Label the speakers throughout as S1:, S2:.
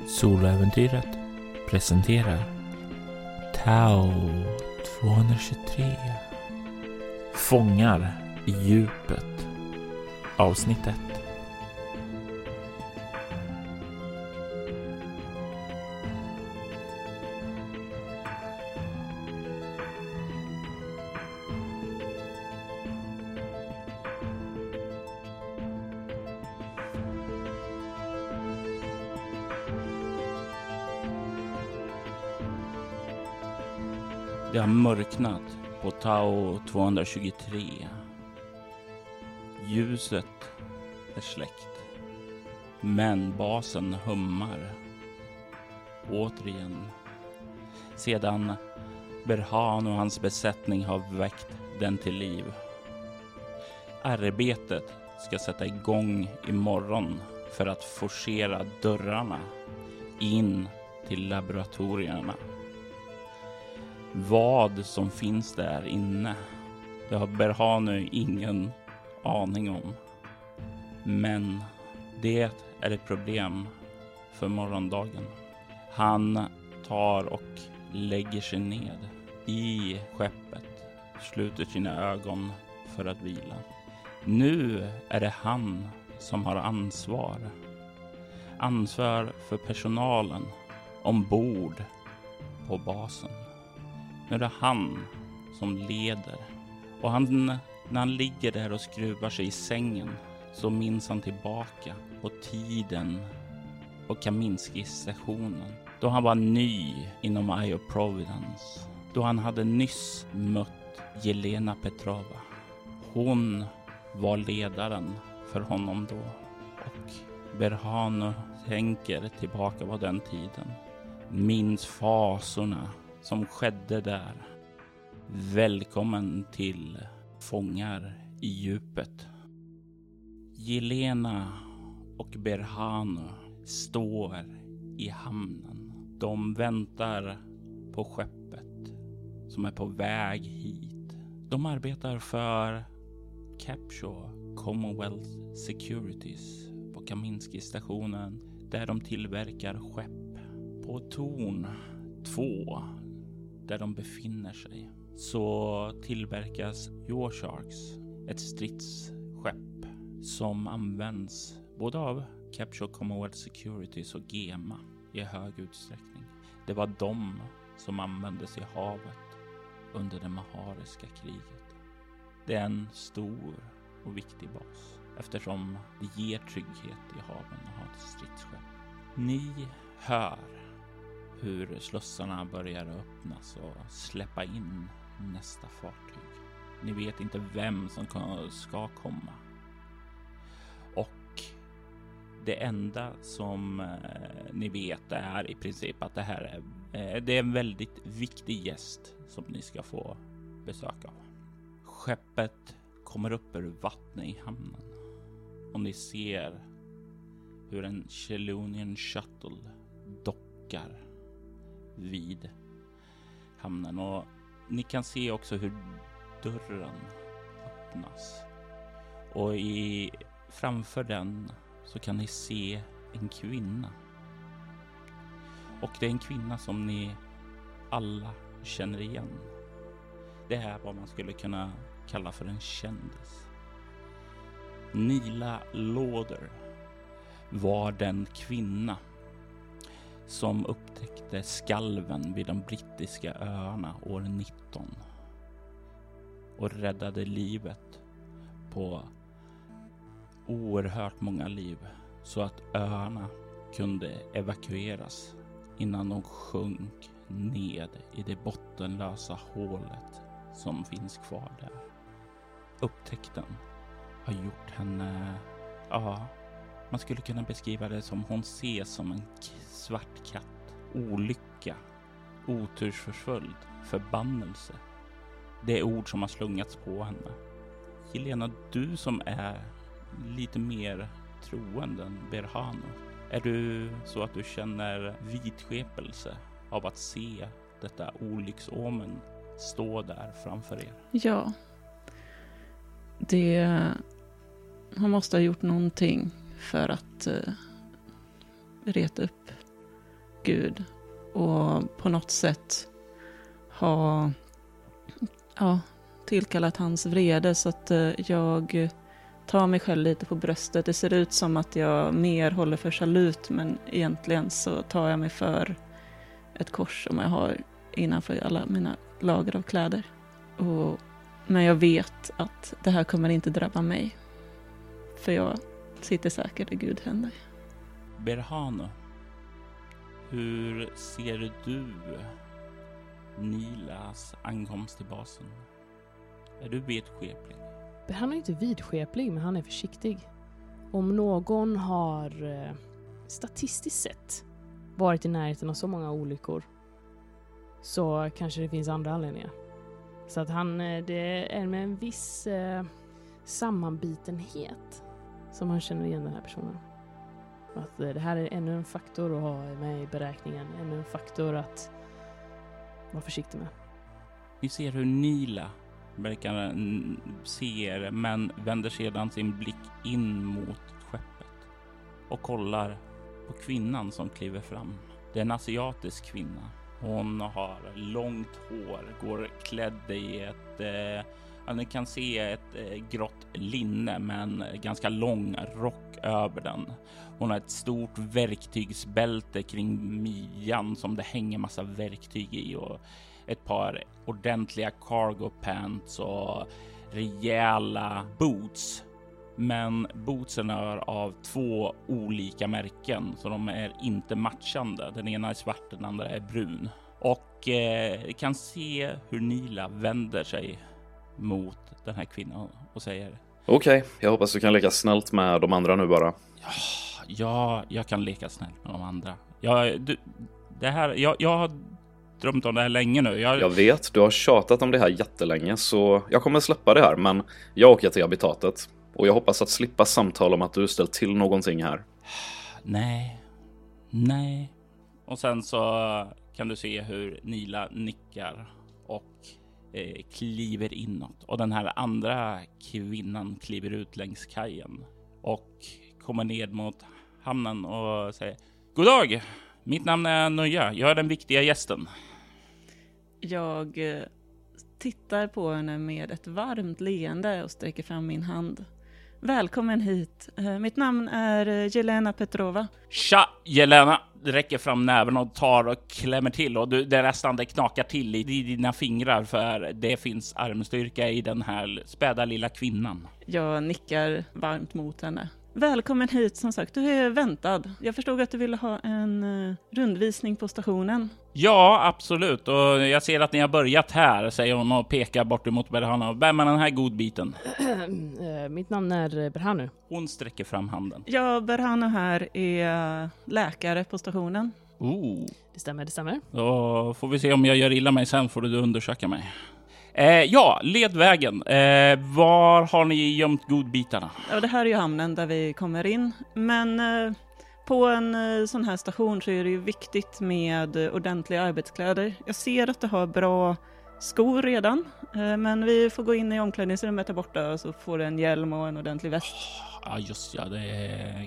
S1: Soloäventyret presenterar Tao 223 Fångar i djupet. Avsnitt 1. Det har mörknat på Tao 223. Ljuset är släckt. Men basen hummar. Återigen. Sedan Berhan och hans besättning har väckt den till liv. Arbetet ska sätta igång imorgon för att forcera dörrarna in till laboratorierna. Vad som finns där inne, det har Berhanu ingen aning om. Men det är ett problem för morgondagen. Han tar och lägger sig ned i skeppet, sluter sina ögon för att vila. Nu är det han som har ansvar. Ansvar för personalen ombord på basen. Nu är det han som leder. Och när han ligger där och skruvar sig i sängen så minns han tillbaka på tiden på Kaminsky-stationen. Då han var ny inom Eye of Providence. Då han hade nyss mött Jelena Petrova. Hon var ledaren för honom då. Och Berhanu tänker tillbaka på den tiden. Minns fasorna som skedde där. Välkommen till Fångar i djupet. Jelena och Berhanu står i hamnen. De väntar på skeppet som är på väg hit. De arbetar för Capshaw Commonwealth Securities på Kaminsky-stationen där de tillverkar skepp. På torn 2 där de befinner sig så tillverkas Your Sharks, ett stridsskepp som används både av Capshaw Commonwealth Securities och GEMA i hög utsträckning. Det var de som användes i havet under det Mahariska kriget. Det är en stor och viktig bas eftersom det ger trygghet i haven att ha ett stridsskepp. Ni hör hur slussarna börjar öppnas och släppa in nästa fartyg. Ni vet inte vem som ska komma. Och det enda som ni vet är i princip att det här är en väldigt viktig gäst som ni ska få besök av. Skeppet kommer upp ur vattnet i hamnen. Och ni ser hur en Chelonian Shuttle dockar vid hamnen och ni kan se också hur dörren öppnas och framför den så kan ni se en kvinna och det är en kvinna som ni alla känner igen. Det är vad man skulle kunna kalla för en kändis. Nila Lauder var den kvinna som upptäckte skalven vid de brittiska öarna år 19 och räddade livet på oerhört många liv så att öarna kunde evakueras innan de sjönk ned i det bottenlösa hålet som finns kvar där. Upptäckten har gjort henne, man skulle kunna beskriva det som hon ses som en svart katt. Olycka, otursförföljd, förbannelse. Det är ord som har slungats på henne. Jelena, du som är lite mer troende än Berhanu. Är du så att du känner vidskepelse av att se detta olycksomen stå där framför er?
S2: Ja. Han måste ha gjort någonting för att reta upp Gud och på något sätt ha tillkallat hans vrede, så att jag tar mig själv lite på bröstet. Det ser ut som att jag mer håller för salut, men egentligen så tar jag mig för ett kors som jag har innanför alla mina lager av kläder. Men jag vet att det här kommer inte drabba mig, för jag sitter säkert i Gud händer.
S1: Berhanu, hur ser du Nilas ankomst till basen? Är du vidskeplig?
S3: Han är inte vidskeplig, men han är försiktig. Om någon har statistiskt sett varit i närheten av så många olyckor, så kanske det finns andra anledningar. Så att det är med en viss sammanbitenhet som han känner igen den här personen. Att det här är ännu en faktor att ha med i beräkningen. Ännu en faktor att vara försiktig med.
S1: Vi ser hur Nila verkar ser, men vänder sedan sin blick in mot skeppet och kollar på kvinnan som kliver fram. Det är en asiatisk kvinna. Hon har långt hår, går klädd i ni kan se ett grått linne med en ganska lång rock över den. Hon har ett stort verktygsbälte kring midjan som det hänger massa verktyg i, och ett par ordentliga cargo pants och rejäla boots. Men bootsen är av 2 olika märken, så de är inte matchande. Den ena är svart, den andra är brun. Och kan se hur Nila vänder sig mot den här kvinnan och säger:
S4: Okej, jag hoppas du kan leka snällt med de andra nu bara.
S1: Ja, jag kan leka snällt med de andra. Jag har drömt om det här länge nu.
S4: Jag vet, du har tjatat om det här jättelänge, så jag kommer släppa det här, men jag åker till habitatet. Och jag hoppas att slippa samtal om att du ställt till någonting här.
S1: Nej. Och sen så kan du se hur Nila nickar och kliver inåt. Och den här andra kvinnan kliver ut längs kajen och kommer ned mot hamnen och säger: God dag, mitt namn är Nöja. Jag är den viktiga gästen.
S2: Jag tittar på henne med ett varmt leende och sträcker fram min hand. Välkommen hit. Mitt namn är Jelena Petrova.
S1: Tja, Jelena! Räcker fram näven och tar och klämmer till, och det nästan det knakar till i dina fingrar, för det finns armstyrka i den här späda lilla kvinnan.
S2: Jag nickar varmt mot henne. Välkommen hit, som sagt. Du är väntad. Jag förstod att du ville ha en rundvisning på stationen.
S1: Ja, absolut. Och jag ser att ni har börjat här, säger hon och pekar bort emot Berhanu. Vem är den här godbiten?
S3: Mitt namn är Berhanu.
S1: Hon sträcker fram handen.
S2: Ja, Berhanu här är läkare på stationen.
S3: Det stämmer.
S1: Då får vi se om jag gör illa mig sen, får du undersöka mig. Ja, ledvägen. Var har ni gömt godbitarna?
S2: Ja, det här är ju hamnen där vi kommer in. Men på en sån här station så är det ju viktigt med ordentliga arbetskläder. Jag ser att du har bra skor redan. Men vi får gå in i omklädningsrummet där borta, och så får du en hjälm och en ordentlig väst.
S1: Ja, just ja. Det är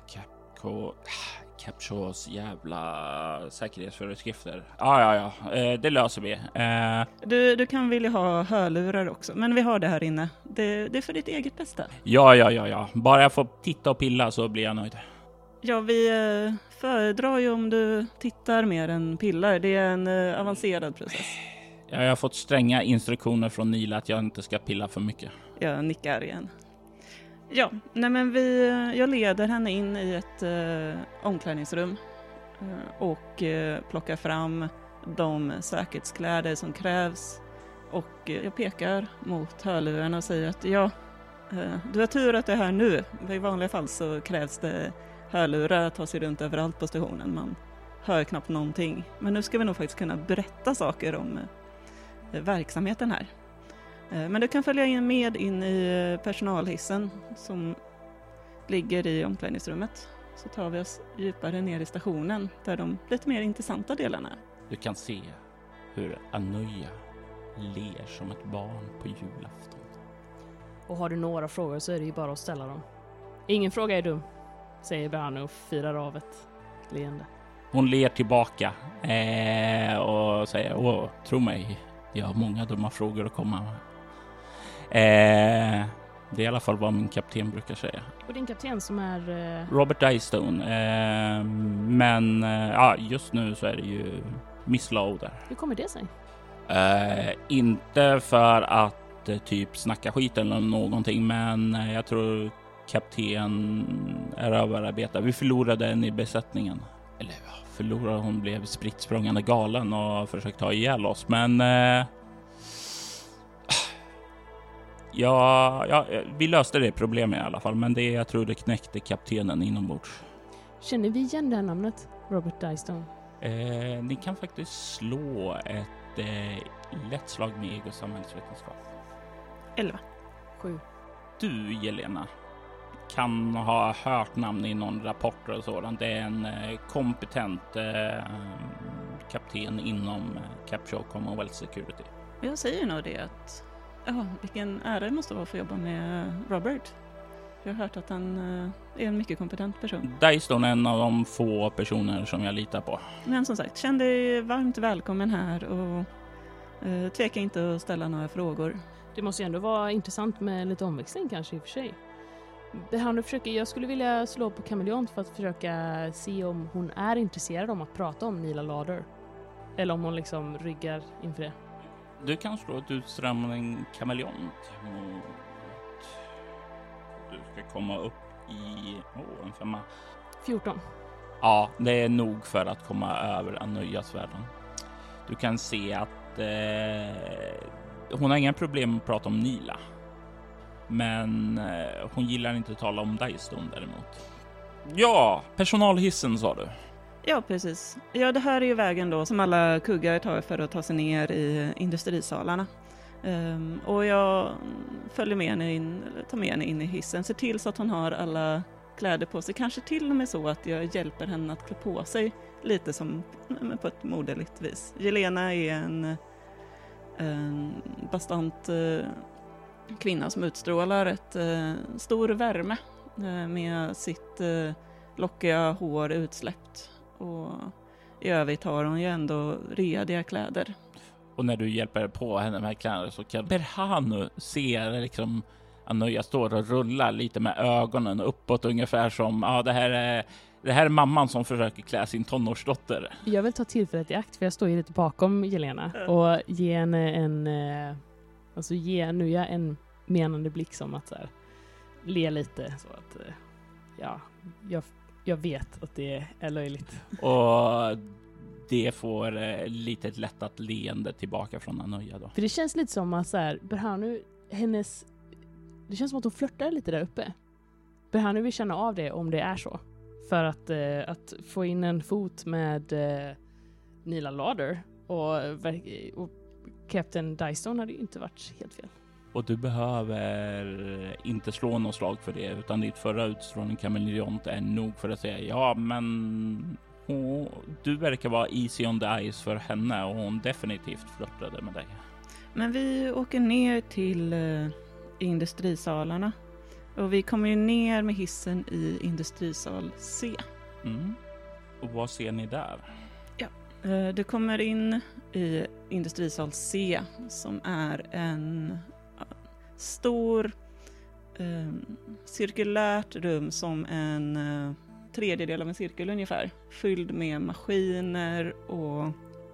S1: Capchos jävla säkerhetsföreskrifter. Ja. Det löser vi.
S2: Du kan vilja ha hörlurar också, men vi har det här inne. Det är för ditt eget bästa.
S1: Ja. Bara jag får titta och pilla så blir jag nöjd.
S2: Ja, vi föredrar ju om du tittar mer än pillar. Det är en avancerad process.
S1: Jag har fått stränga instruktioner från Nila att jag inte ska pilla för mycket.
S2: Jag nickar igen. Ja, nej men jag leder henne in i ett omklädningsrum och plockar fram de säkerhetskläder som krävs. Och jag pekar mot hörlurarna och säger att du har tur att det är här nu. I vanliga fall så krävs det hörlurar att ta sig runt överallt på stationen. Man hör knappt någonting. Men nu ska vi nog faktiskt kunna berätta saker om verksamheten här. Men du kan följa med in i personalhissen som ligger i omklädningsrummet. Så tar vi oss djupare ner i stationen där de lite mer intressanta delarna är.
S1: Du kan se hur Anuja ler som ett barn på julafton.
S3: Och har du några frågor så är det ju bara att ställa dem. Ingen fråga är dum, säger Berhanu och firar av ett leende.
S1: Hon ler tillbaka och säger, tro mig, jag har många dumma frågor att komma med. Det är i alla fall vad min kapten brukar säga.
S3: Och din kapten som är...
S1: Robert Dystone. Men just nu så är det ju Miss Lauder.
S3: Hur kommer det sig?
S1: Inte för att typ snacka skit eller någonting, men jag tror kapten är överarbetad. Vi förlorade en i besättningen. Eller förlorade, hon blev spritt språngande galen och försökte ta ihjäl oss. Men vi löste det problemet i alla fall. Men jag tror det knäckte kaptenen inombords.
S3: Känner vi igen det här namnet? Robert Dystone?
S1: Ni kan faktiskt slå ett lätt slag med ego samhällsvetenskap.
S2: 11.
S3: 7.
S1: Du, Jelena, kan ha hört namn i någon rapport och sådant. Det är en kompetent kapten inom Capture Commonwealth Security.
S2: Jag säger nog det att vilken ära det måste vara för att jobba med Robert. Jag har hört att han är en mycket kompetent person.
S1: Dystone är en av de få personer som jag litar på.
S2: Men som sagt, känn dig varmt välkommen här och tveka inte att ställa några frågor.
S3: Det måste ju ändå vara intressant med lite omväxling kanske i och för sig. Jag skulle vilja slå på kameleont för att försöka se om hon är intresserad om att prata om Nila Lauder. Eller om hon liksom ryggar inför det.
S1: Du kan slå ett utströmning kameleont mot... Du ska komma upp i en 5.
S3: 14.
S1: Ja, det är nog för att komma över Anöjas-världen. Du kan se att hon har inga problem att prata om Nila. Men hon gillar inte att tala om Dystone däremot. Ja, personalhissen sa du.
S2: Ja, precis. Ja, det här är ju vägen då som alla kuggar tar för att ta sig ner i industrisalarna. Och jag följer med henne in, tar med henne in i hissen. Ser till så att hon har alla kläder på sig. Kanske till och med så att jag hjälper henne att klä på sig lite som på ett moderligt vis. Jelena är en bastant kvinna som utstrålar ett stor värme med sitt lockiga hår utsläppt. Och i övrigt har hon ju ändå rediga kläder.
S1: Och när du hjälper på henne med kläder så kan Berhanu se liksom Anöja står och rullar lite med ögonen uppåt ungefär som det här är mamman som försöker klä sin tonårsdotter.
S3: Jag vill ta tillfället i akt för jag står ju lite bakom Jelena och ge henne en menande blick som att så här, le lite så att jag vet att det är löjligt.
S1: Och det får lite ett lättat leende tillbaka från Anöja då.
S3: För det känns lite som att så här, Berhanu, det känns som att hon flörtar lite där uppe. Berhanu vill känna av det om det är så. För att få in en fot med Nila Lauder och Captain Dystone hade ju inte varit helt fel.
S1: Och du behöver inte slå något slag för det, utan ditt förra utstrålning kameleont är nog för att säga men du verkar vara easy on the ice för henne och hon definitivt flörtade med dig. Men vi åker ner till industrisalarna och vi kommer ju ner med hissen i industrisal C. Och vad ser ni där? Ja, du kommer in i industrisal C som är en stor cirkulärt rum som en tredjedel av en cirkel ungefär, fylld med maskiner och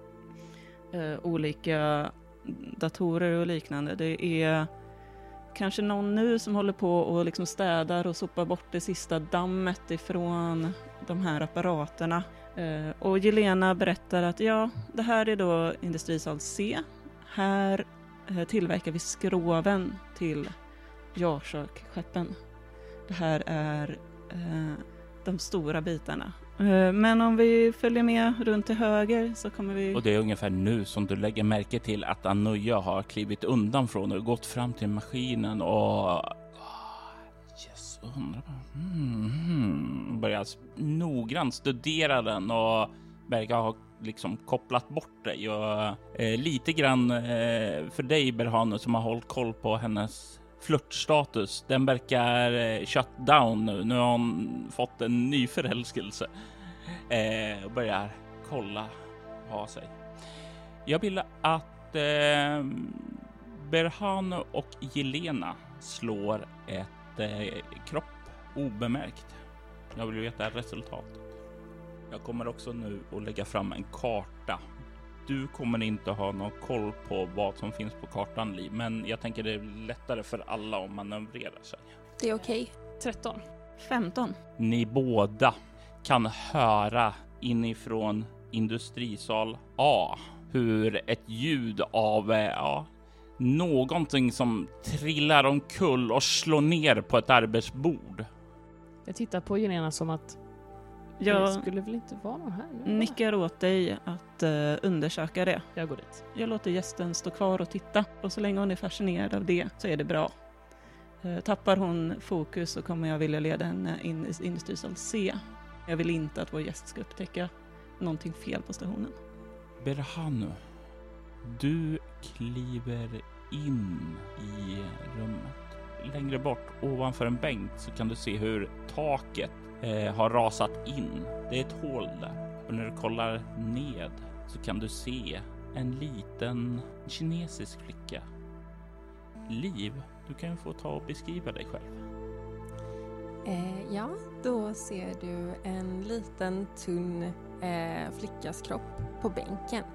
S1: olika datorer och liknande. Det är kanske någon nu som håller på och liksom städar och sopar bort det sista dammet ifrån de här apparaterna. Och Jelena berättar att det här är då industrisal C. Här tillverkar vi skroven till Jarsök-skeppen. Det här är de stora bitarna. Men om vi följer med runt till höger så kommer vi... Och det är ungefär nu som du lägger märke till att Anöja har klivit undan från och gått fram till maskinen och... börjar noggrant studera den och verkar ha liksom kopplat bort dig och lite grann för dig Berhanu som har hållit koll på hennes flörtstatus. Den verkar shut down nu. Nu har hon fått en ny förälskelse. och börjar kolla ha sig. Jag vill att Berhanu och Jelena slår ett kropp obemärkt. Jag vill veta resultatet. Jag kommer också nu att lägga fram en karta. Du kommer inte ha någon koll på vad som finns på kartan, Liv, men jag tänker det är lättare för alla om man manövrerar sig.
S5: Det är okej.
S3: 13.
S2: 15.
S1: Ni båda kan höra inifrån industrisal A hur ett ljud av någonting som trillar omkull och slår ner på ett arbetsbord.
S3: Jag tittar på Jelena som att det
S2: Jag
S3: skulle väl inte vara någon här nu?
S2: nickar åt dig att undersöka det.
S3: Jag går dit.
S2: Jag låter gästen stå kvar och titta. Och så länge hon är fascinerad av det så är det bra. Tappar hon fokus så kommer jag vilja leda henne in i industrisal C. Jag vill inte att vår gäst ska upptäcka någonting fel på stationen.
S1: Berhanu, du kliver in i rummet. Längre bort ovanför en bänk så kan du se hur taket har rasat in. Det är ett hål där. Och när du kollar ned så kan du se en liten kinesisk flicka. Liv, du kan få ta och beskriva dig själv.
S5: Ja, då ser du en liten tunn flickas kropp på bänken.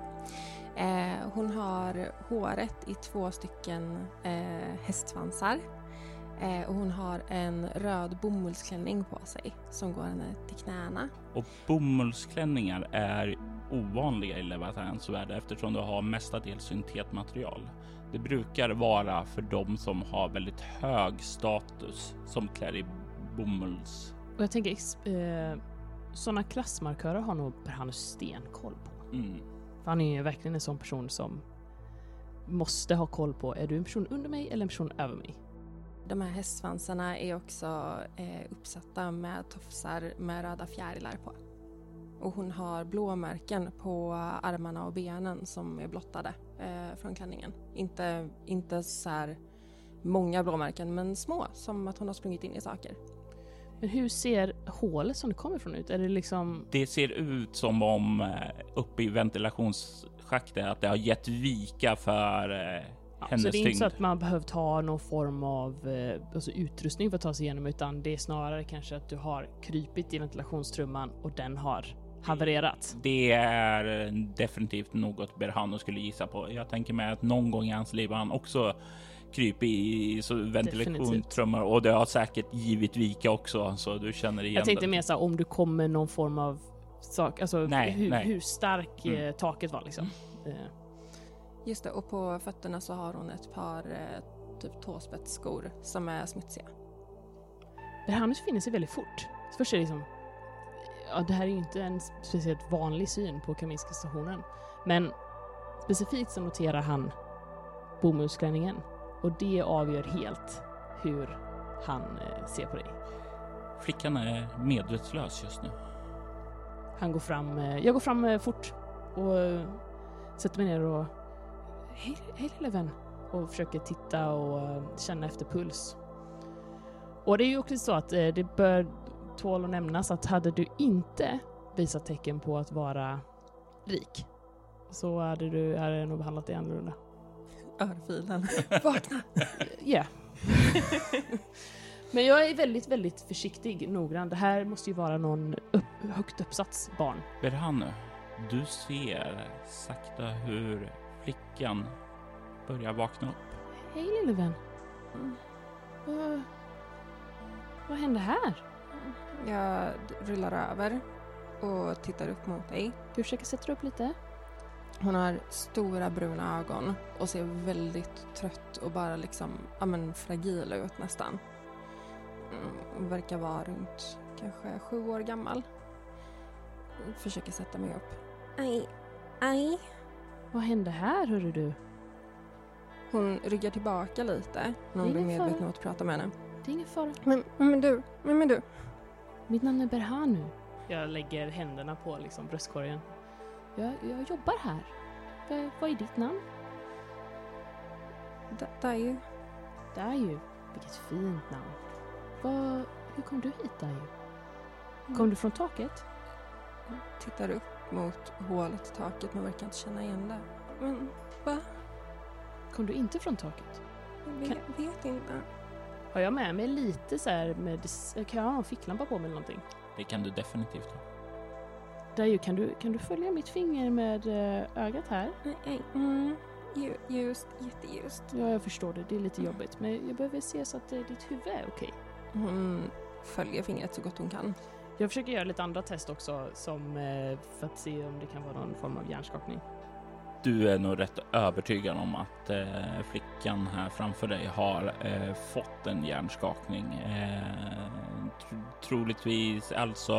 S5: Hon har håret i 2 stycken hästsvansar. Och hon har en röd bomullsklänning på sig som går henne till knäna.
S1: Och bomullsklänningar är ovanliga i Leviathans värld eftersom du har mestadels syntetmaterial. Det brukar vara för de som har väldigt hög status som klär i bomulls.
S3: Och jag tänker, sådana klassmarkörer har nog Berhanu stenkoll på. För han är ju verkligen en sån person som måste ha koll på, är du en person under mig eller en person över mig?
S5: De här hästsvansarna är också uppsatta med tofsar med röda fjärilar på. Och hon har blåmärken på armarna och benen som är blottade från klänningen. Inte så här många blåmärken, men små, som att hon har sprungit in i saker.
S3: Men hur ser hålet som det kommer ifrån ut? Är det liksom...
S1: Det ser ut som om uppe i ventilationsschaktet att det har gett vika för hennes
S3: så det är inte
S1: tyngd.
S3: så att man behövt ha någon form av utrustning för att ta sig igenom, utan det är snarare kanske att du har krypit i ventilationstrumman och den har havererat.
S1: Det är definitivt något Berhanu skulle gissa på. Jag tänker mig att någon gång i hans liv har han också kryp i ventilationstrummor och det har säkert givit vika också, så du känner igen.
S3: Jag tänkte mer så här, om du kommer någon form av sak, alltså hur stark taket var liksom.
S5: Just det, och på fötterna så har hon ett par typ tåspetsskor som är smutsiga.
S3: Berhanu finner sig väldigt fort. Så först är det liksom, det här är ju inte en speciellt vanlig syn på Kaminska stationen, men specifikt så noterar han bomullsklänningen. Och det avgör helt hur han ser på dig.
S1: Flickan är medvetslös just nu.
S3: Jag går fram fort och sätter mig ner och hej lilla vän, och försöker titta och känna efter puls. Och det är ju också så att det bör tål att nämnas att hade du inte visat tecken på att vara rik så hade du nog behandlat dig annorlunda.
S5: Örfilen. Vakna!
S3: Ja. Men jag är väldigt, väldigt försiktig, noggrann. Det här måste ju vara någon högt uppsats barn.
S1: Berhanu, du ser sakta hur flickan börjar vakna upp.
S3: Hej lille vän. Vad hände här?
S5: Jag rullar över och tittar upp mot dig.
S3: Du försöker sätta upp lite.
S5: Hon har stora bruna ögon och ser väldigt trött och bara liksom, fragil ut nästan. Verkar vara runt kanske 7 år gammal. Försöker sätta mig upp. Aj.
S3: Vad hände här, hörru du?
S5: Hon ryggar tillbaka lite när hon blir medveten om att prata med henne.
S3: Det är ingen fara.
S5: Men du?
S3: Mitt namn är Berhanu. Jag lägger händerna på liksom bröstkorgen. Jag jobbar här. Vad är ditt namn?
S5: Dayu.
S3: Dayu. Vilket fint namn. Hur kom du hit, Dayu? Kom du från taket?
S5: tittar upp mot hålet i taket men verkar inte känna igen det. Men va?
S3: Kom du inte från taket?
S5: Jag vet inte.
S3: Har jag med mig lite så här med... Kan jag ha en ficklampa på mig eller någonting?
S1: Det kan du definitivt ha.
S3: Daiju, kan du följa mitt finger med ögat här?
S5: Just, jätteljust.
S3: Ja, jag förstår det. Det är lite jobbigt. Men jag behöver se så att ditt huvud är okej.
S5: Hon följer fingret så gott hon kan.
S3: Jag försöker göra lite andra test också som, för att se om det kan vara någon form av hjärnskakning.
S1: Du är nog rätt övertygad om att flickan här framför dig har fått en hjärnskakning. Troligtvis alltså...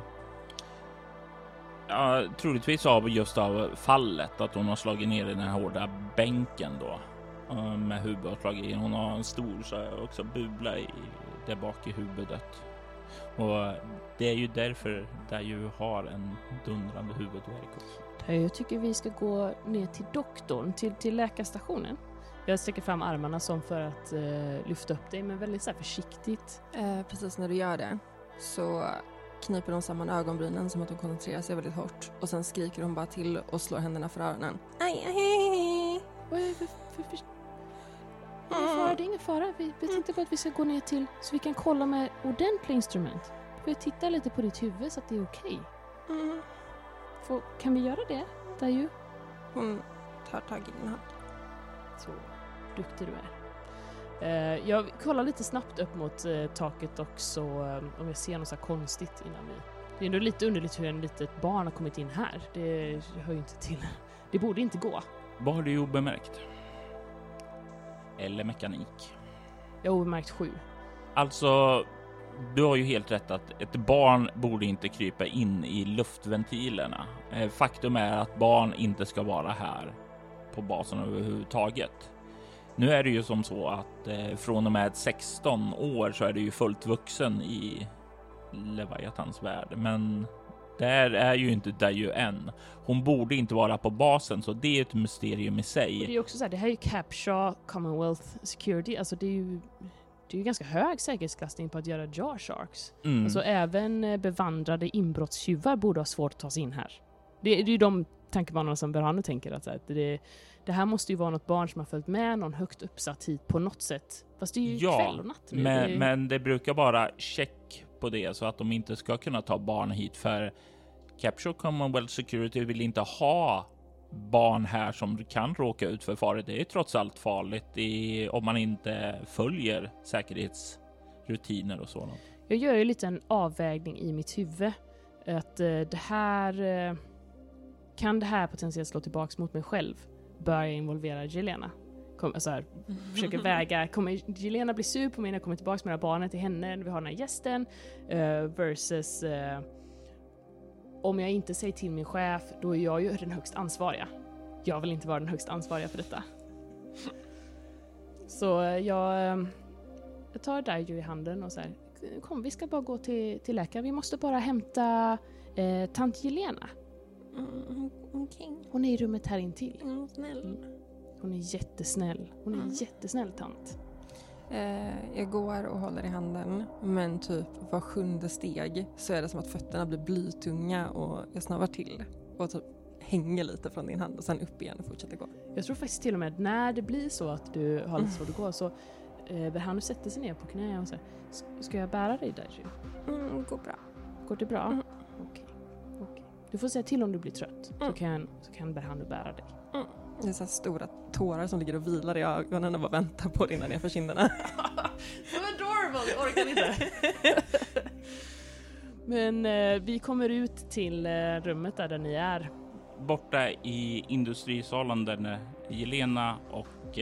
S1: Ja, troligtvis av fallet att hon har slagit ner i den här hårda bänken då. Med huvudet slagit in. Hon har en stor så också bubla där bak i huvudet. Och det är ju därför där ju har en dundrande huvudvärk också.
S3: Jag tycker vi ska gå ner till doktorn, till läkarstationen. Jag sträcker fram armarna som för att lyfta upp dig, men väldigt så här försiktigt.
S5: Precis när du gör det så kniper de samman ögonbrynen som att de koncentrerar sig väldigt hårt. Och sen skriker de bara till och slår händerna för öronen. Aj, aj, aj.
S3: Det är ingen fara. Vi tänkte bara att vi ska gå ner till så vi kan kolla med ordentliga instrument. Vi tittar lite på ditt huvud så att det är okej. Kan vi göra det? Daiju?
S5: Hon tar tag i din hand.
S3: Så duktig du är. Jag kollar lite snabbt upp mot taket också om jag ser något så här konstigt innan vi... Det är ändå lite underligt hur en litet barn har kommit in här. Det hör ju inte till. Det borde inte gå.
S1: Vad har du obemärkt? Eller mekanik?
S3: Jag har obemärkt 7.
S1: Alltså, du har ju helt rätt att ett barn borde inte krypa in i luftventilerna. Faktum är att barn inte ska vara här på basen överhuvudtaget. Nu är det ju som så att från och med 16 år så är det ju fullt vuxen i Leviathans värld. Men där är ju inte Daiju än. Hon borde inte vara på basen, så det är ett mysterium i sig.
S3: Och det är också så här, det här är ju Capshaw Commonwealth Security. Alltså det är ju ganska hög säkerhetsklassning på att göra Jar Sharks. Alltså även bevandrade inbrottstjuvar borde ha svårt att ta sig in här. Det är ju de tankebanorna som Berhanu tänker att det här måste ju vara något barn som har följt med någon högt uppsatt hit på något sätt. Fast det är ju kväll och natt nu.
S1: Men det brukar vara check på det så att de inte ska kunna ta barn hit, för Capshaw Commonwealth Security vill inte ha barn här som kan råka ut för faror. Det är trots allt farligt om man inte följer säkerhetsrutiner och sådant.
S3: Jag gör ju lite en avvägning i mitt huvud att det här kan det här potentiellt slå tillbaks mot mig själv. Bör jag involvera Jelena? Försöker väga, kommer Jelena bli sur på mig när jag kommer tillbaka med det här barnet till henne när vi har den här gästen versus om jag inte säger till min chef, då är jag ju den högst ansvariga. Jag vill inte vara den högst ansvariga för detta. Så jag tar Daiju i handen och säger, kom, vi ska bara gå till läkaren. Vi måste bara hämta tant Jelena.
S5: Okay.
S3: Hon är i rummet här intill.
S5: Snäll.
S3: Hon är jättesnäll. Hon är jättesnäll tant.
S5: Jag går och håller i handen, men typ var 7:e steg så är det som att fötterna blir blytunga och jag snavar till och typ hänger lite från din hand och sen upp igen och fortsätter gå.
S3: Jag tror faktiskt till och med när det blir så att du har lite svårt att gå så Berhanu sätter sig ner på knä och säger, ska jag bära dig där?
S5: Går bra.
S3: Går det bra? Okej. Du får säga till om du blir trött så kan Berhanu bära dig.
S5: Det är så här stora tårar som ligger och vilar i ögonen och bara väntar på det innan jag får kinderna.
S3: Så adorable, jag orkar inte. Men vi kommer ut till rummet där ni är.
S1: Borta i industrisalen där Jelena och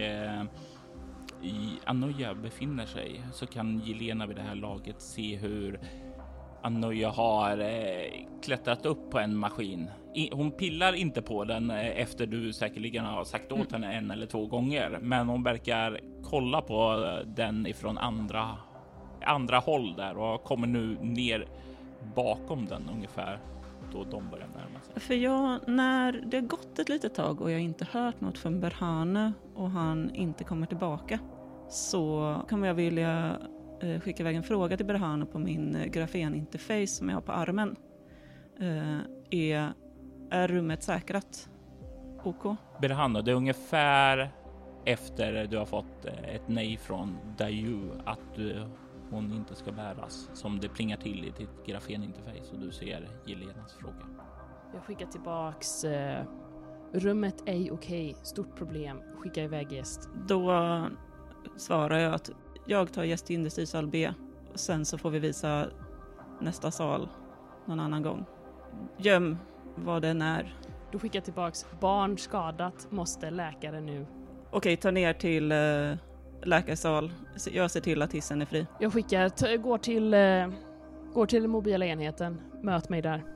S1: Anoja befinner sig, så kan Jelena vid det här laget se hur Anoja har klättrat upp på en maskin. Hon pillar inte på den efter du säkerligen har sagt åt henne 1 eller 2 gånger. Men hon verkar kolla på den ifrån andra håll där och kommer nu ner bakom den ungefär då de börjar närma sig.
S2: För när det har gått ett litet tag och jag inte hört något från Berhanu och han inte kommer tillbaka, så kan jag vilja skicka iväg en fråga till Berhanu på min grafeninterface som jag har på armen. är rummet säkrat? OK?
S1: Berhano, det är ungefär efter du har fått ett nej från Dayu att hon inte ska bäras som det plingar till i ditt grafeninterface och du ser Jelenas fråga.
S3: Jag skickar tillbaks rummet är okej, stort problem, skicka iväg gäst.
S2: Då svarar jag att jag tar gäst till industrisal B och sen så får vi visa nästa sal någon annan gång. Göm vad den är.
S3: Då skickar jag tillbaks barn skadat, måste läkare nu.
S2: Okej, ta ner till läkarsal. Jag ser till att hissen är fri.
S3: Jag skickar, går till den mobila enheten, möt mig där.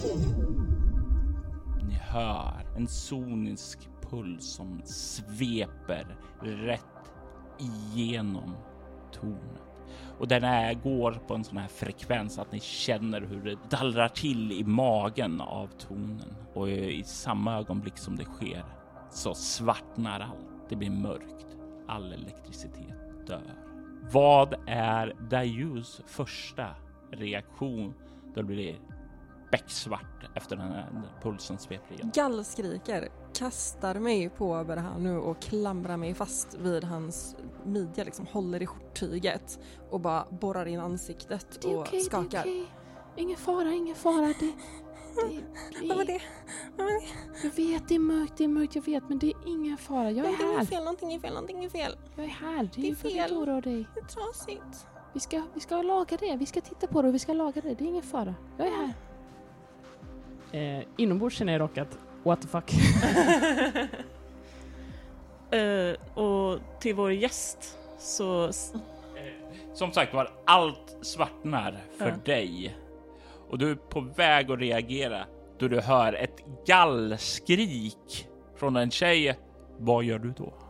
S1: Ni hör en sonisk puls som sveper rätt igenom tornet. Och den går på en sån här frekvens att ni känner hur det dallrar till i magen av tonen. Och i samma ögonblick som det sker så svartnar allt. Det blir mörkt. All elektricitet dör. Vad är Dayus första reaktion då det blir becksvart efter den här pulsen sveper igen?
S5: Gallskriker, kastar mig på Berhanu och klamrar mig fast vid hans midja, liksom håller i skjorttyget och bara borrar in ansiktet och skakar. Det är okej.
S3: Ingen fara.
S5: Vad var det?
S3: Jag vet, det är mörkt, jag vet, men det är ingen fara. Jag är här.
S5: Någonting är fel.
S3: Jag är här,
S5: det är fel.
S3: Oroa dig.
S5: Det är trasigt.
S3: Vi ska laga det, vi ska titta på det och vi ska laga det. Det är ingen fara, jag är här. Inombords känner jag dock att what the fuck.
S2: Och till vår gäst så...
S1: Som sagt var, allt svartnar för dig. Och du är på väg att reagera då du hör ett gallskrik från en tjej. Vad gör du då?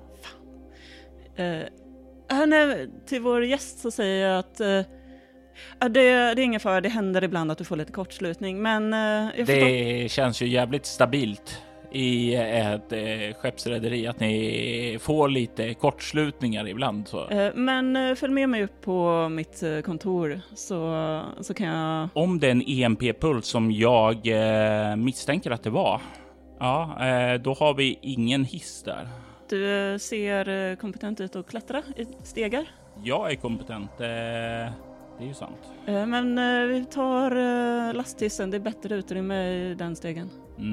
S2: Till vår gäst så säger jag att det är ingen fara, det händer ibland att du får lite kortslutning. Men
S1: det känns ju jävligt stabilt i ett skeppsrederi att ni får lite kortslutningar ibland. Så.
S2: Men följ med mig upp på mitt kontor så kan jag...
S1: Om det är en EMP-puls som jag misstänker att det var, ja, då har vi ingen hiss där.
S2: Du ser kompetent ut att klättra i stegar?
S1: Jag är kompetent, det är ju sant.
S2: Men vi tar lasthissen, det är bättre utrymme i den stegen.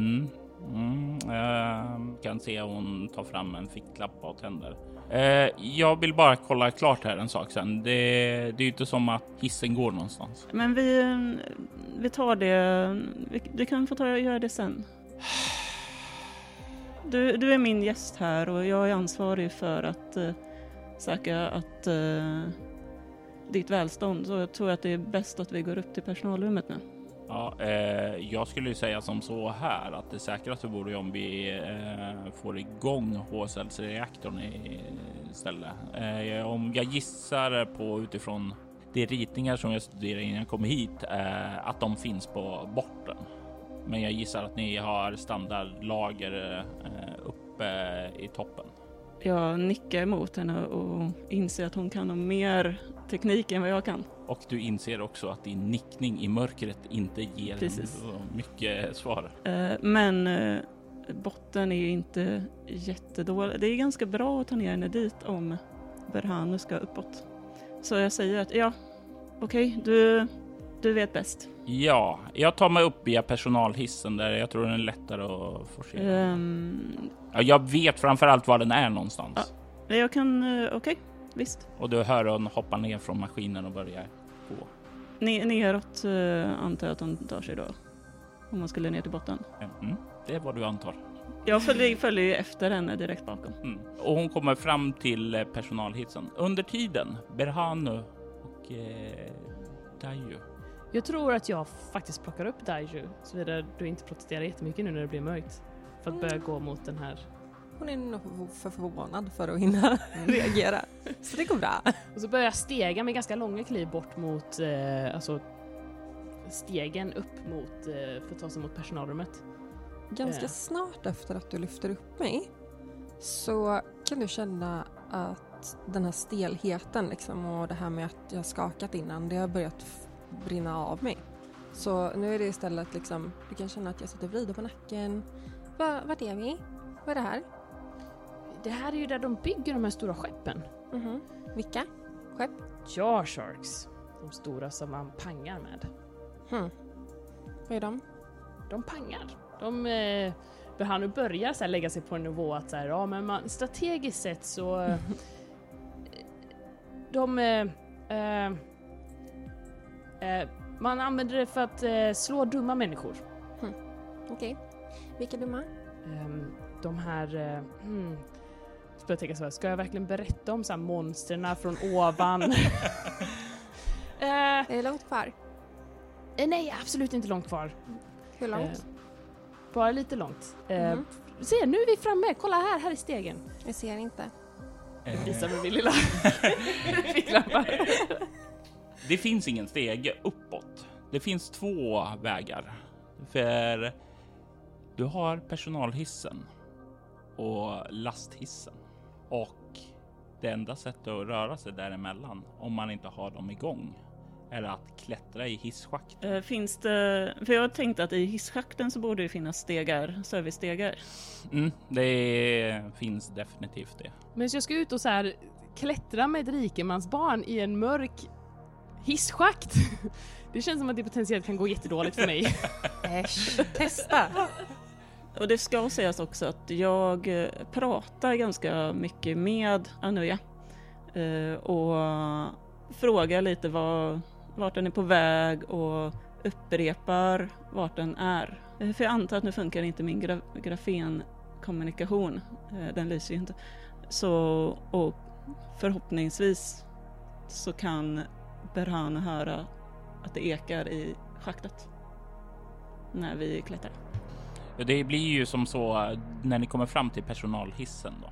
S1: Jag kan se att hon tar fram en ficklapp och tänder. Jag vill bara kolla klart här en sak sen. Det är ju inte som att hissen går någonstans.
S2: Men vi tar det. Du kan få göra det sen. Du är min gäst här och jag är ansvarig för att säkra att ditt välstånd. Så jag tror att det är bäst att vi går upp till personalrummet nu.
S1: Ja, jag skulle ju säga som så här att det säkraste vore om vi får igång HSLs-reaktorn istället. Om jag gissar på utifrån de ritningar som jag studerade innan jag kom hit att de finns på borten. Men jag gissar att ni har standardlager uppe i toppen.
S2: Jag nickar emot henne och inser att hon kan ha mer teknik än vad jag kan.
S1: Och du inser också att din nickning i mörkret inte ger mycket svar.
S2: Men botten är inte jättedålig. Det är ganska bra att ta ner henne dit om Berhanu ska uppåt. Så jag säger att okej, du vet bäst.
S1: Ja, jag tar mig upp via personalhissen där jag tror den är lättare att forcera. Ja, jag vet framförallt var den är någonstans.
S2: Ja, jag kan, okej, visst.
S1: Och du hör hon hoppa ner från maskinen och börjar gå.
S2: Neråt antar jag att hon tar sig då. Om man skulle ner till botten.
S1: Det är vad du antar.
S2: Jag följer ju efter henne direkt bakom.
S1: Och hon kommer fram till personalhissen. Under tiden, Berhanu och Dayu.
S3: Jag tror att jag faktiskt plockar upp Daiju, så vidare du inte protesterar jättemycket nu när det blir mörkt. För att börja gå mot den här.
S5: Hon är nog för förvånad för att hinna reagera. Så det går bra.
S3: Och så börjar jag stega med ganska långa kliv bort mot stegen upp mot för att ta sig mot personalrummet.
S5: Ganska snart efter att du lyfter upp mig så kan du känna att den här stelheten liksom, och det här med att jag skakat innan, det har börjat brinna av mig. Så nu är det istället liksom, du kan känna att jag sitter och vrider på nacken. Vart är vi? Vad är det här?
S3: Det här är ju där de bygger de här stora skeppen.
S5: Mhm. Vilka? Skepp?
S3: Jaw sharks. De stora som man pangar med.
S5: Vad är de?
S3: De pangar. Han börjar så här lägga sig på en nivå att så här, ja, men man, strategiskt sett så man använder det för att slå dumma människor.
S5: Okej. Vilka dumma?
S3: De här ska jag tänka så här, ska jag verkligen berätta om så här monsterna från ovan?
S5: Är det långt kvar?
S3: Nej, absolut inte långt kvar.
S5: Hur långt?
S3: Bara lite långt. Se, nu är vi framme. Kolla här är stegen.
S5: Jag ser inte.
S3: Visa med min lilla ficklampa.
S1: Det finns ingen steg uppåt. Det finns 2 vägar. För du har personalhissen och lasthissen. Och det enda sättet att röra sig däremellan, om man inte har dem igång, är att klättra i hisschakt.
S2: Finns det, för jag tänkte att i hisschakten så borde det finnas stegar, servicestegar.
S1: Det finns definitivt det.
S3: Men så jag ska ut och så här klättra med ett rikemansbarn i en mörk hisschakt. Det känns som att det potentiellt kan gå jättedåligt för mig.
S5: Testa!
S2: Och det ska sägas också att jag pratar ganska mycket med Anuja och frågar lite vart den är på väg och upprepar vart den är. För jag antar att nu funkar inte min grafenkommunikation. Den lyser ju inte. Så, och förhoppningsvis så kan Berhanu höra att det ekar i schaktet när vi klättrar.
S1: Det blir ju som så när ni kommer fram till personalhissen då.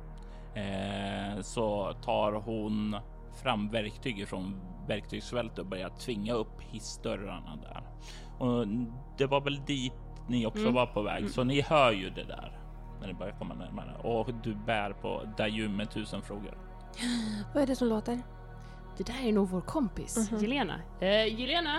S1: Så tar hon fram verktyg från verktygsfältet och börjar tvinga upp hissdörrarna där. Och det var väl dit ni också var på väg. Så ni hör ju det där när det börjar komma närmare. Och du bär på Dajum med 1000 frågor.
S5: Vad är det som låter?
S3: Det där är nog vår kompis, Jelena. Jelena?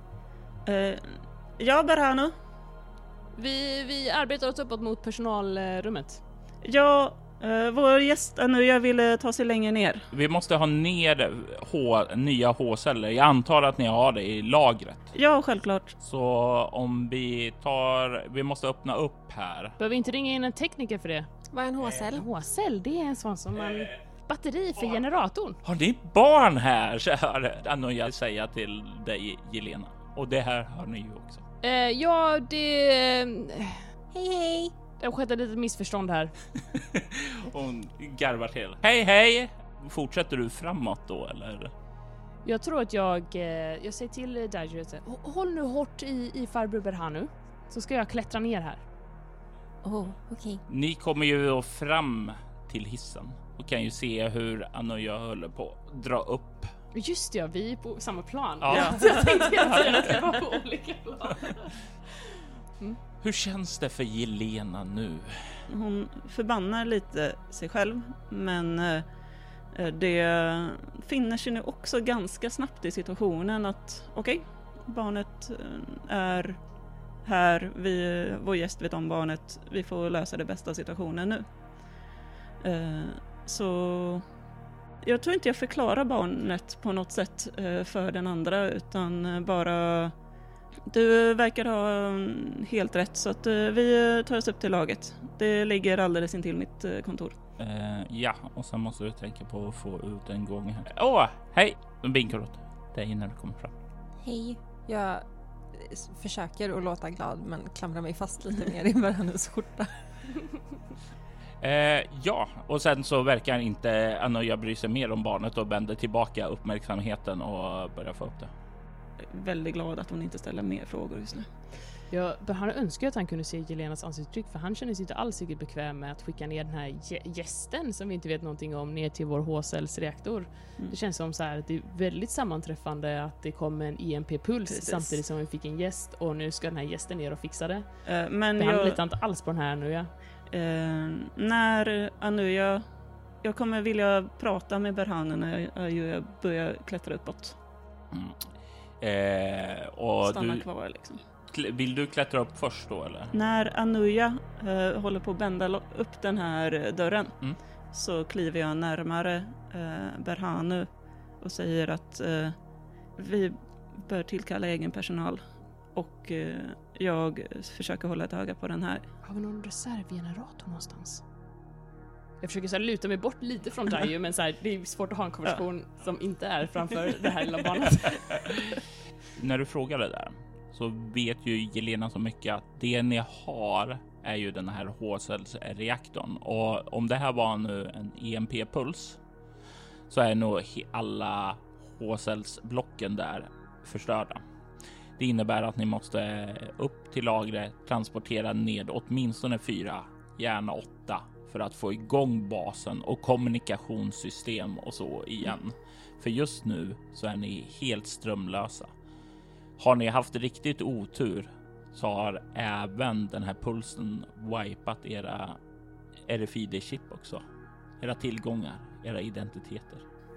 S2: Ja, Berhanu.
S3: Vi arbetar oss uppåt mot personalrummet.
S2: Ja, vår gäst Anuja ville ta sig längre ner.
S1: Vi måste ha ner nya H-celler. Jag antar att ni har det i lagret.
S2: Ja, självklart.
S1: Så om vi måste öppna upp här.
S3: Behöver vi inte ringa in en tekniker för det?
S5: Vad är en H-cell?
S3: H-cell, det är en sån som man... Batteri för generatorn.
S1: Har ni barn här? Så hör Anuja säga till dig, Jelena. Och det här hör ni ju också.
S3: Ja, det...
S5: Hej!
S3: Det har skett ett litet missförstånd här.
S1: Hon garvar till. Hej! Fortsätter du framåt då, eller?
S3: Jag tror att jag säger till Dajur, håll nu hårt i farbror Berhanu, så ska jag klättra ner här.
S5: Okej.
S1: Ni kommer ju då fram till hissen och kan ju se hur Anuja håller på att dra upp.
S3: Just det, vi är på samma plan.
S1: Ja.
S3: Jag tänkte att vi var på olika plan.
S1: Hur känns det för Jelena nu?
S2: Hon förbannar lite sig själv, men det finner sig nu också ganska snabbt i situationen att barnet är här, vår gäst vet om barnet, vi får lösa det bästa av situationen nu. Så jag tror inte jag förklarar barnet på något sätt för den andra, utan bara du verkar ha helt rätt, så att vi tar oss upp till laget. Det ligger alldeles intill mitt kontor.
S1: Ja, och sen måste du tänka på att få ut en gång här. Hej! De vinkar åt dig när du kommer fram.
S5: Hej. Jag försöker att låta glad, men klamrar mig fast lite mer i Berhanus skjorta.
S1: Ja, och sen så verkar inte Anuja bry sig mer om barnet och vänder tillbaka uppmärksamheten och börjar få upp det.
S2: Väldigt glad att hon inte ställer mer frågor just nu.
S3: Han önskar att han kunde se Jelenas ansiktsuttryck, för han känner sig inte alls säkert bekväm med att skicka ner den här gästen som vi inte vet någonting om ner till vår H-cells reaktor. Det känns som så här att det är väldigt sammanträffande att det kom en EMP-puls samtidigt som vi fick en gäst, och nu ska den här gästen ner och fixa det.
S2: Men
S3: han litar inte alls på den här Anuja.
S2: När Anuja, jag kommer vilja prata med Berhanu när jag börjar klättra uppåt.
S1: Och
S2: stanna kvar liksom.
S1: Vill du klättra upp först då eller?
S2: När Anuja håller på att bända upp den här dörren så kliver jag närmare Berhanu och säger att vi bör tillkalla egen personal och jag försöker hålla ett öga på den här.
S3: Har vi någon reservgenerator någonstans? Jag försöker så här luta mig bort lite från Daiju, men så här, det är svårt att ha en konversation som inte är framför det här lilla barnet.
S1: När du frågar det där så vet ju Jelena så mycket att det ni har är ju den här H-cellsreaktorn. Och om det här var nu en EMP-puls så är nog alla H-cellsblocken där förstörda. Det innebär att ni måste upp till lagret, transportera ned åtminstone 4, gärna 8 för att få igång basen och kommunikationssystem och så igen. För just nu så är ni helt strömlösa. Har ni haft riktigt otur så har även den här pulsen wipat era RFID-chip också. Era tillgångar, era identiteter.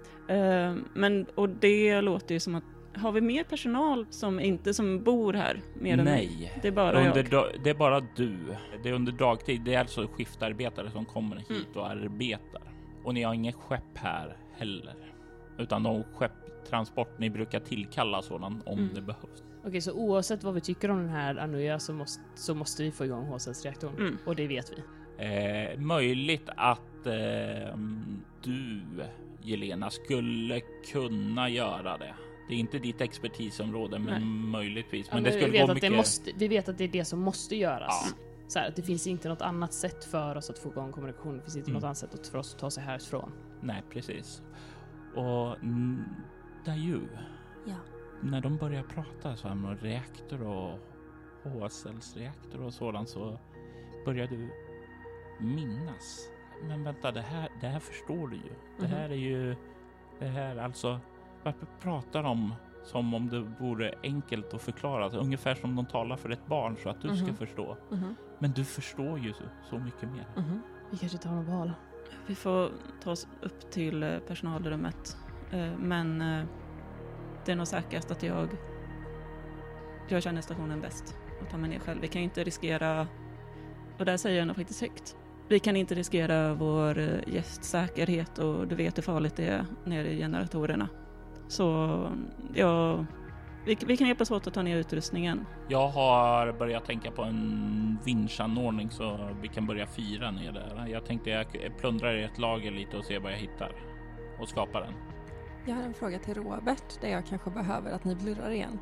S2: Och det låter ju som att har vi mer personal som bor här mer än mig? Det är bara
S1: det är bara du. Det är under dagtid. Det är alltså skiftarbetare som kommer hit och arbetar. Och ni har inget skepp här heller. Utan de skepptransport ni brukar tillkalla sådan om det behövs.
S3: Okej, så oavsett vad vi tycker om den här Anuja så måste vi få igång H-cellsreaktorn. Och det vet vi.
S1: Möjligt att du, Jelena, skulle kunna göra det. Det är inte ditt expertisområde, men möjligtvis. Men det skulle gå mycket...
S3: Vi vet att det är det som måste göras. Ja. Så här, att det finns inte något annat sätt för oss att få igång kommunikation. Det finns inte något annat sätt för oss att ta sig härifrån.
S1: Nej, precis. Och Daiju, när de börjar prata så här med reaktor och H-cellsreaktor och sådant så börjar du minnas. Men vänta, det här förstår du ju. Det här är ju... Det här alltså... Varför pratar de som om det vore enkelt att förklara? Ungefär som de talar för ett barn så att du ska förstå. Men du förstår ju så mycket mer.
S3: Vi kanske tar någon val.
S2: Vi får ta oss upp till personalrummet. Men det är nog säkrast att jag känner stationen bäst och tar mig ner själv. Vi kan inte riskera, och där säger jag nog faktiskt högt, vi kan inte riskera vår gästsäkerhet och du vet hur farligt det är nere i generatorerna. Så vi kan hjälpas åt att ta ner utrustningen.
S1: Jag har börjat tänka på en vinschanordning så vi kan börja fira ner där. Jag tänkte jag plundrar i ett lager lite och ser vad jag hittar och skapar den.
S5: Jag har en fråga till Robert där jag kanske behöver att ni blurrar igen.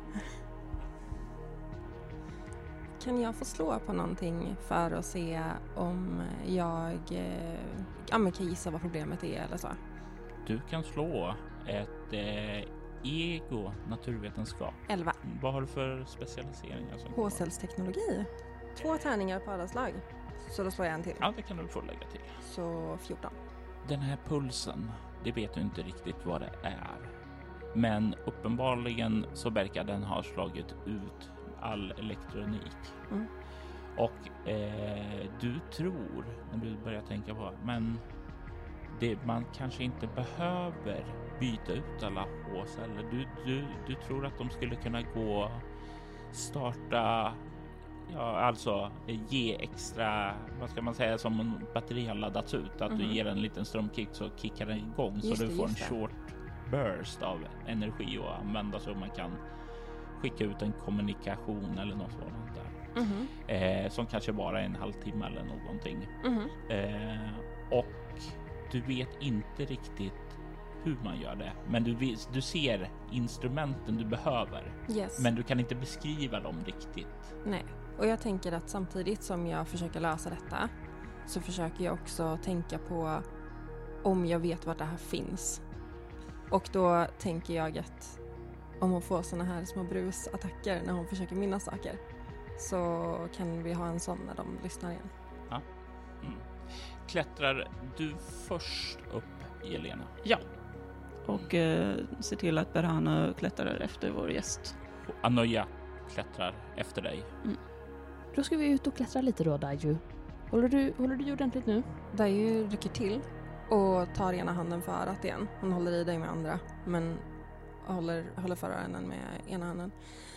S5: Kan jag få slå på någonting för att se om jag kan gissa vad problemet är eller så?
S1: Du kan slå ett ego naturvetenskap.
S5: 11.
S1: Vad har du för specialiseringar?
S5: H-cellsteknologi. 2 tärningar på alla slag. Så då slår jag en till.
S1: Ja, det kan du få lägga till.
S5: Så 14.
S1: Den här pulsen, det vet du inte riktigt vad det är. Men uppenbarligen så verkar den ha slagit ut all elektronik. Och du tror, när du börjar tänka på men man kanske inte behöver byta ut alla H-celler. Du tror att de skulle kunna gå starta, alltså ge extra, vad ska man säga, som en batteri har laddats ut, att du ger en liten strömkick så kickar den igång så du får en short burst av energi att använda så man kan skicka ut en kommunikation eller något sådant där. Som kanske bara är en halvtimme eller någonting. Och du vet inte riktigt hur man gör det, men du ser instrumenten du behöver. Men du kan inte beskriva dem riktigt.
S5: Nej, och jag tänker att samtidigt som jag försöker lösa detta så försöker jag också tänka på om jag vet vart det här finns. Och då tänker jag att om hon får såna här små brusattacker när hon försöker minnas saker så kan vi ha en sån när de lyssnar igen.
S1: Ja. Klättrar du först upp, Jelena?
S2: Ja. Och se till att Berhanu klättrar efter vår gäst.
S1: Och Anuja klättrar efter dig.
S3: Då ska vi ut och klättra lite då, Daiju. Håller du ordentligt nu?
S5: Daiju rycker till och tar ena handen för örat igen. Hon håller i dig med andra, men håller för öronen med ena handen.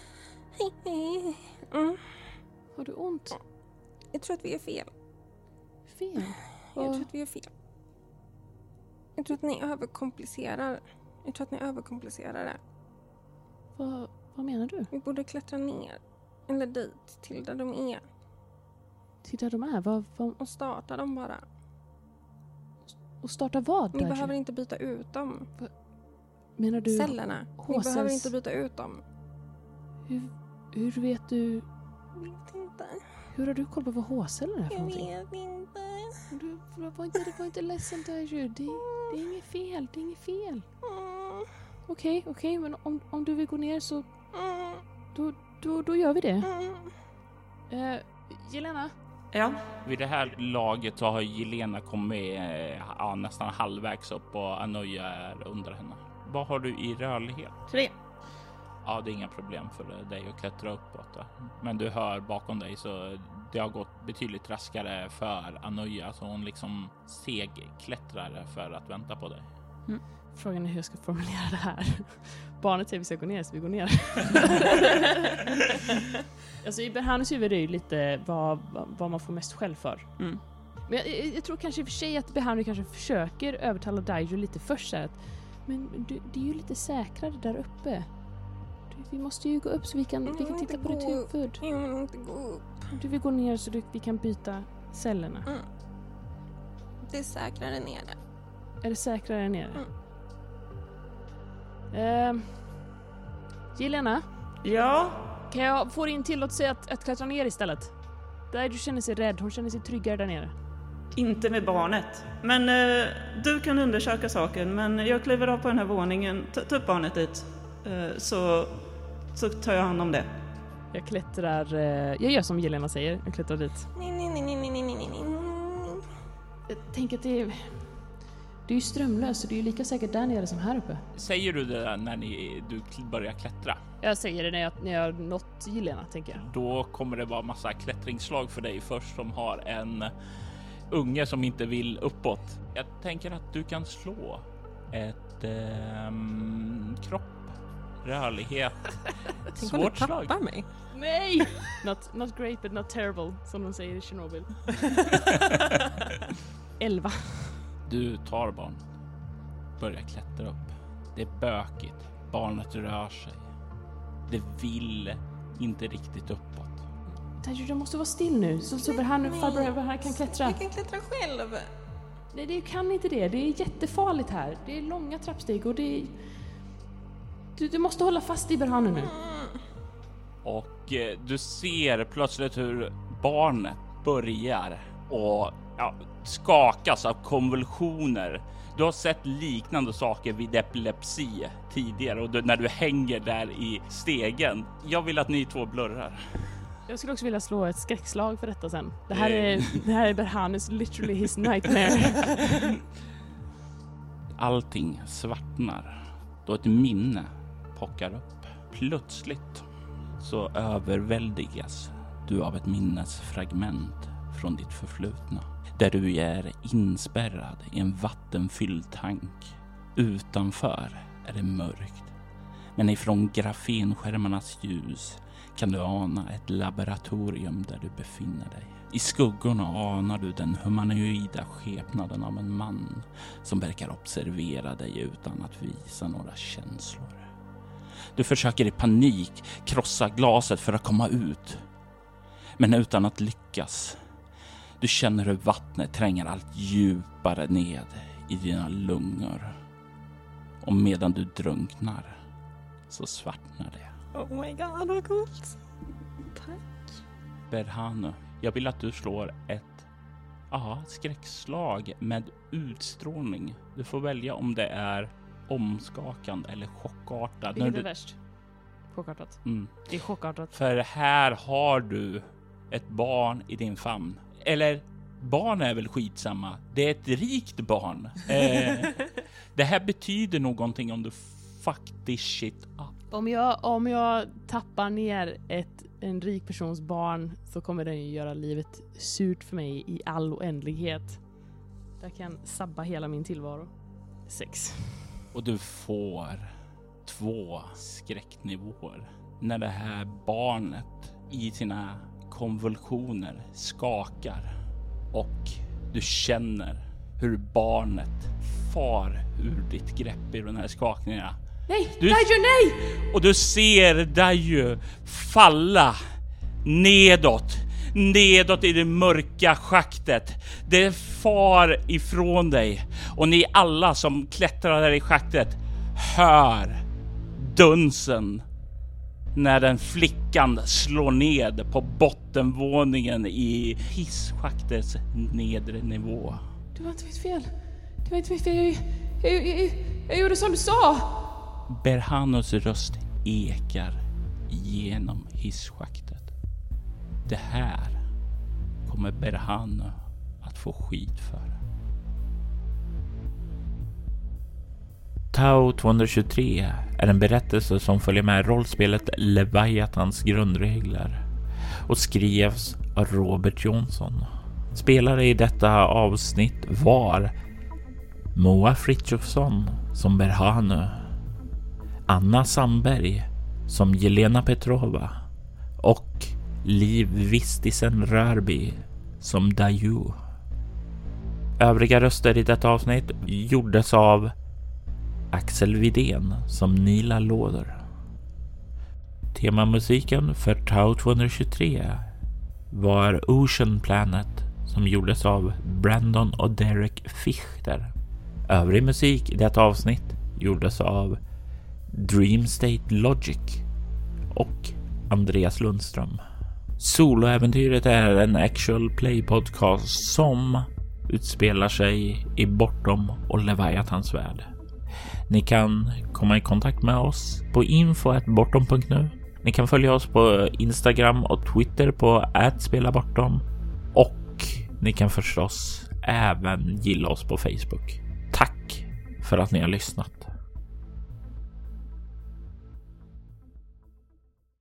S3: Har du ont?
S5: Jag tror att vi är fel.
S3: Fel?
S5: Jag tror att vi är fel. Jag tror att ni överkomplicerar. Jag tror att ni överkomplicerar det.
S3: Vad menar du?
S5: Vi borde klättra ner. Eller dit, till där de är.
S3: Till där de är?
S5: Och starta dem bara.
S3: Och starta vad?
S5: Ni behöver inte byta ut dem.
S3: Menar du
S5: cellerna? Ni behöver inte byta ut dem.
S3: Hur vet du?
S5: Jag vet inte.
S3: Hur har du koll på vad H-celler är för
S5: Jag
S3: någonting?
S5: vet inte.
S3: Var inte ledsen Daiju. Det är inget fel. Det är inget fel. Okej, men om du vill gå ner så då gör vi det. Jelena?
S2: Ja.
S1: Vid det här laget så har Jelena kommit nästan halvvägs upp och Anoja är under henne. Vad har du i rörlighet?
S2: 3.
S1: Ja, det är inga problem för dig att klättra uppåt. Men du hör bakom dig så det har gått betydligt raskare för Anoja, så hon liksom segklättrar för att vänta på dig.
S3: Frågan är hur jag ska formulera det här. Barnet säger vi ska gå ner, så vi går ner. Alltså i Berhanes huvud är det ju lite vad man får mest själv för. Men jag tror kanske i och för sig att Berhane kanske försöker övertala Daiju lite först så här att men det är ju lite säkrare där uppe. Vi måste ju gå upp så vi kan titta på ditt huvud.
S5: Jag vill inte gå upp.
S3: Du vill gå ner så vi kan byta cellerna.
S5: Det är säkrare nere.
S3: Är det säkrare nere? Jelena?
S2: Ja.
S3: Kan jag få din tillåtelse att klättra ner istället? Där du känner sig rädd, hon känner sig tryggare där nere.
S2: Inte med barnet. Men du kan undersöka saken, men jag kliver av på den här våningen. Ta upp barnet dit. Så tar jag hand om det.
S3: Jag klättrar... jag gör som Jelena säger. Jag klättrar dit.
S5: Nej.
S3: Jag tänker att det är ju strömlöst, så det är ju lika säkert där nere som här uppe.
S1: Säger du det där när du börjar klättra?
S3: Jag säger det när jag har nått Jelena, tänker jag.
S1: Då kommer det vara massa klättringsslag för dig först som har en unge som inte vill uppåt. Jag tänker att du kan slå ett kropp, rörlighet. Svårt slag.
S5: Tappar mig.
S3: Nej! Not great but not terrible, som de säger i Chernobyl. 11.
S1: Du tar barn. Börjar klättra upp. Det är bökigt. Barnet rör sig. Det vill inte riktigt uppåt.
S3: Du måste vara still nu. Så farbror här kan klättra.
S5: Jag kan klättra själv.
S3: Nej, du kan inte det. Det är jättefarligt här. Det är långa trappsteg och det är... Du måste hålla fast i Berhane nu.
S1: Och du ser plötsligt hur barnet börjar och skakas av konvulsioner. Du har sett liknande saker vid epilepsi tidigare och när du hänger där i stegen. Jag vill att ni två blurrar.
S3: Jag skulle också vilja slå ett skräckslag för detta sen. Det här är Berhanes literally his nightmare.
S1: Allting svartnar då ett minne pockar upp. Plötsligt så överväldigas du av ett minnesfragment från ditt förflutna. Där du är inspärrad i en vattenfylld tank. Utanför är det mörkt. Men ifrån grafenskärmarnas ljus kan du ana ett laboratorium där du befinner dig. I skuggorna anar du den humanoida skepnaden av en man som verkar observera dig utan att visa några känslor. Du försöker i panik krossa glaset för att komma ut. Men utan att lyckas. Du känner hur vattnet tränger allt djupare ned i dina lungor. Och medan du drunknar så svartnar det.
S5: Oh my god, vad coolt. Tack.
S1: Berhane, jag vill att du slår ett skräckslag med utstrålning. Du får välja om det är omskakande eller chockartad.
S3: Vilket är värst? Chockartat. Det är chockartat.
S1: För här har du ett barn i din famn. Eller barn är väl skitsamma. Det är ett rikt barn. Det här betyder någonting om du fuck this shit up.
S3: Om jag tappar ner en rik persons barn så kommer den ju göra livet surt för mig i all oändlighet. Det kan sabba hela min tillvaro. 6.
S1: Och du får 2 skräcknivåer. När det här barnet i sina konvulsioner skakar och du känner hur barnet far ur ditt grepp i den här skakningarna.
S3: Nej, Daiju, nej!
S1: Och du ser Daiju falla nedåt i det mörka schaktet. Det far ifrån dig och ni alla som klättrar där i schaktet hör dunsen när den flickan slår ned på bottenvåningen i hisschaktets nedre nivå.
S3: Det var inte mitt fel. Jag gjorde som du sa.
S1: Berhanos röst ekar genom hisschaktet. Det här kommer Berhano att få skit för. Tau 223 är en berättelse som följer med rollspelet Leviathans grundregler och skrivs av Robert Jonsson. Spelare i detta avsnitt var Moa Frithiofsson som Berhano, Anna Sandberg som Jelena Petrova och Liv Vistisen Rörby som Daiju. Övriga röster i detta avsnitt gjordes av Axel Widén som Nila Lådor. Temamusiken för Tau 223 var Ocean Planet som gjordes av Brandon och Derek Fichter. Övrig musik i detta avsnitt gjordes av Dream State Logic och Andreas Lundström. Soloäventyret är en actual play podcast som utspelar sig i Bortom och Leviathans värld. Ni kan komma i kontakt med oss på info@bortom.nu. Ni kan följa oss på Instagram och Twitter på @spelabortom och ni kan förstås även gilla oss på Facebook. Tack för att ni har lyssnat.